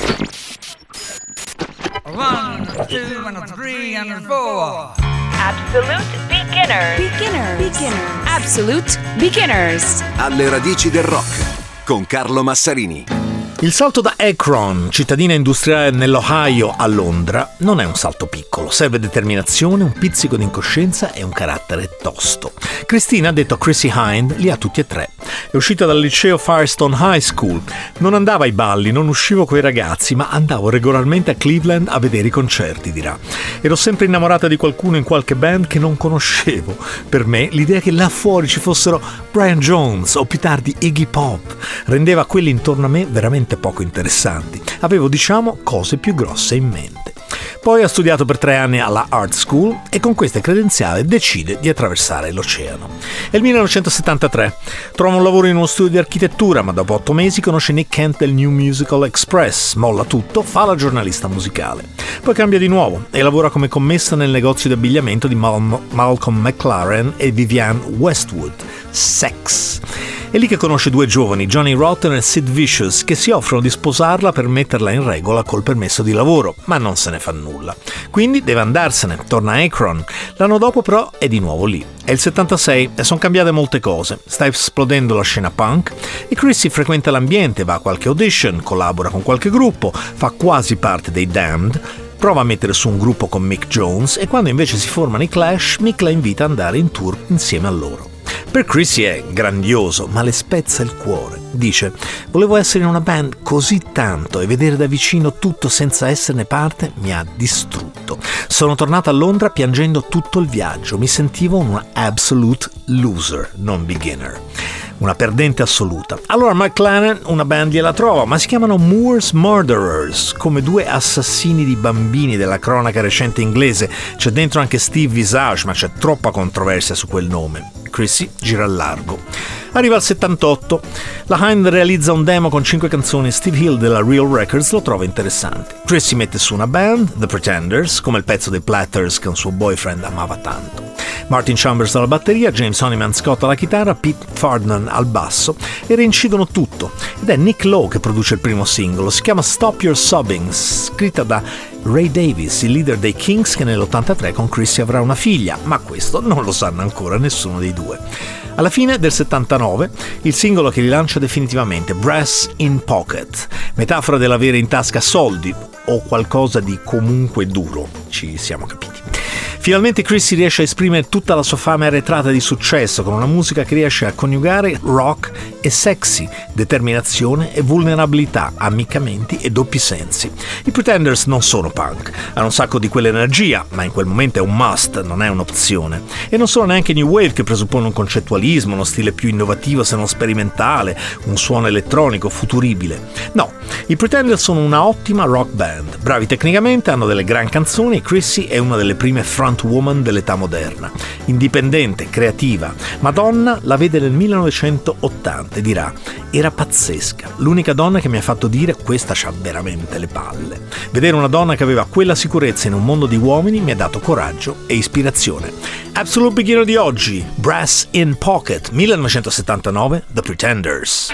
1, 2, and 3, and 4. Absolute beginners. Absolute beginners. Alle radici del rock con Carlo Massarini. Il salto da Akron, cittadina industriale nell'Ohio, a Londra non è un salto piccolo, serve determinazione, un pizzico di incoscienza e un carattere tosto. Christina, detto Chrissy Hind, li ha tutti e tre. È uscita dal liceo Firestone High School, non andava ai balli, non uscivo coi ragazzi, ma andavo regolarmente a Cleveland a vedere i concerti, dirà. Ero sempre innamorata di qualcuno in qualche band che non conoscevo. Per me l'idea che là fuori ci fossero Brian Jones o più tardi Iggy Pop rendeva quelli intorno a me veramente poco interessanti. Avevo, diciamo, cose più grosse in mente. Poi ha studiato per 3 anni alla Art School e con queste credenziali decide di attraversare l'oceano. È il 1973. Trova un lavoro in uno studio di architettura, ma dopo 8 mesi conosce Nick Kent del New Musical Express, molla tutto, fa la giornalista musicale. Poi cambia di nuovo e lavora come commessa nel negozio di abbigliamento di Malcolm McLaren e Vivienne Westwood, Sex. È lì che conosce 2 giovani, Johnny Rotten e Sid Vicious, che si offrono di sposarla per metterla in regola col permesso di lavoro, ma non se ne fa nulla. Quindi deve andarsene, torna a Akron. L'anno dopo però è di nuovo lì. È il 76 e sono cambiate molte cose. Sta esplodendo la scena punk e Chrissy frequenta l'ambiente, va a qualche audition, collabora con qualche gruppo, fa quasi parte dei Damned, prova a mettere su un gruppo con Mick Jones e quando invece si formano i Clash, Mick la invita ad andare in tour insieme a loro. Per Chrissy è grandioso, ma le spezza il cuore. Dice: volevo essere in una band così tanto e vedere da vicino tutto senza esserne parte mi ha distrutto. Sono tornata a Londra piangendo tutto il viaggio. Mi sentivo una absolute loser, non beginner. Una perdente assoluta. Allora McLaren una band gliela trova, ma si chiamano Moore's Murderers, come 2 assassini di bambini della cronaca recente inglese. C'è dentro anche Steve Visage, ma c'è troppa controversia su quel nome. Chrissy gira al largo. Arriva al 78. La Hind realizza un demo con 5 canzoni. Steve Hill della Real Records lo trova interessante. Chrissy mette su una band, The Pretenders, come il pezzo dei Platters che un suo boyfriend amava tanto. Martin Chambers alla batteria, James Honeyman Scott alla chitarra, Pete Ferdinand al basso e reincidono tutto. Ed è Nick Lowe che produce il primo singolo. Si chiama Stop Your Sobbing, scritta da Ray Davies, il leader dei Kinks, che nell'83 con Chrissy avrà una figlia, ma questo non lo sanno ancora nessuno dei due. Alla fine del 79, il singolo che rilancia definitivamente, Brass in Pocket, metafora dell'avere in tasca soldi o qualcosa di comunque duro, ci siamo capiti. Finalmente Chrissy riesce a esprimere tutta la sua fame arretrata di successo con una musica che riesce a coniugare rock e sexy, determinazione e vulnerabilità, ammiccamenti e doppi sensi. I Pretenders non sono punk, hanno un sacco di quell'energia, ma in quel momento è un must, non è un'opzione. E non sono neanche new wave, che presuppone un concettualismo, uno stile più innovativo se non sperimentale, un suono elettronico futuribile. No, i Pretenders sono una ottima rock band, bravi tecnicamente, hanno delle gran canzoni e Chrissy è una delle prime frontwoman dell'età moderna. Indipendente, creativa. Madonna la vede nel 1980 e dirà: era pazzesca, l'unica donna che mi ha fatto dire questa c'ha veramente le palle. Vedere una donna che aveva quella sicurezza in un mondo di uomini mi ha dato coraggio e ispirazione. Absolute beginner di oggi, Brass in Pocket, 1979, The Pretenders.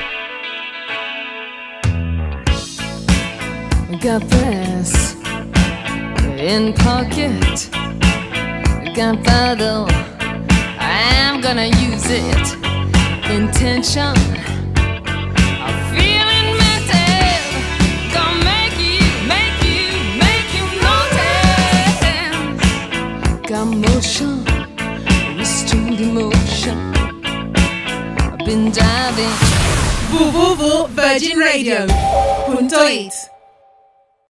Got brass in pocket, gunpowder, I'm gonna use it. Intention, I'm feeling mental, gonna make you notice. Got motion, restrained emotion, I've been diving. www.virginradio.it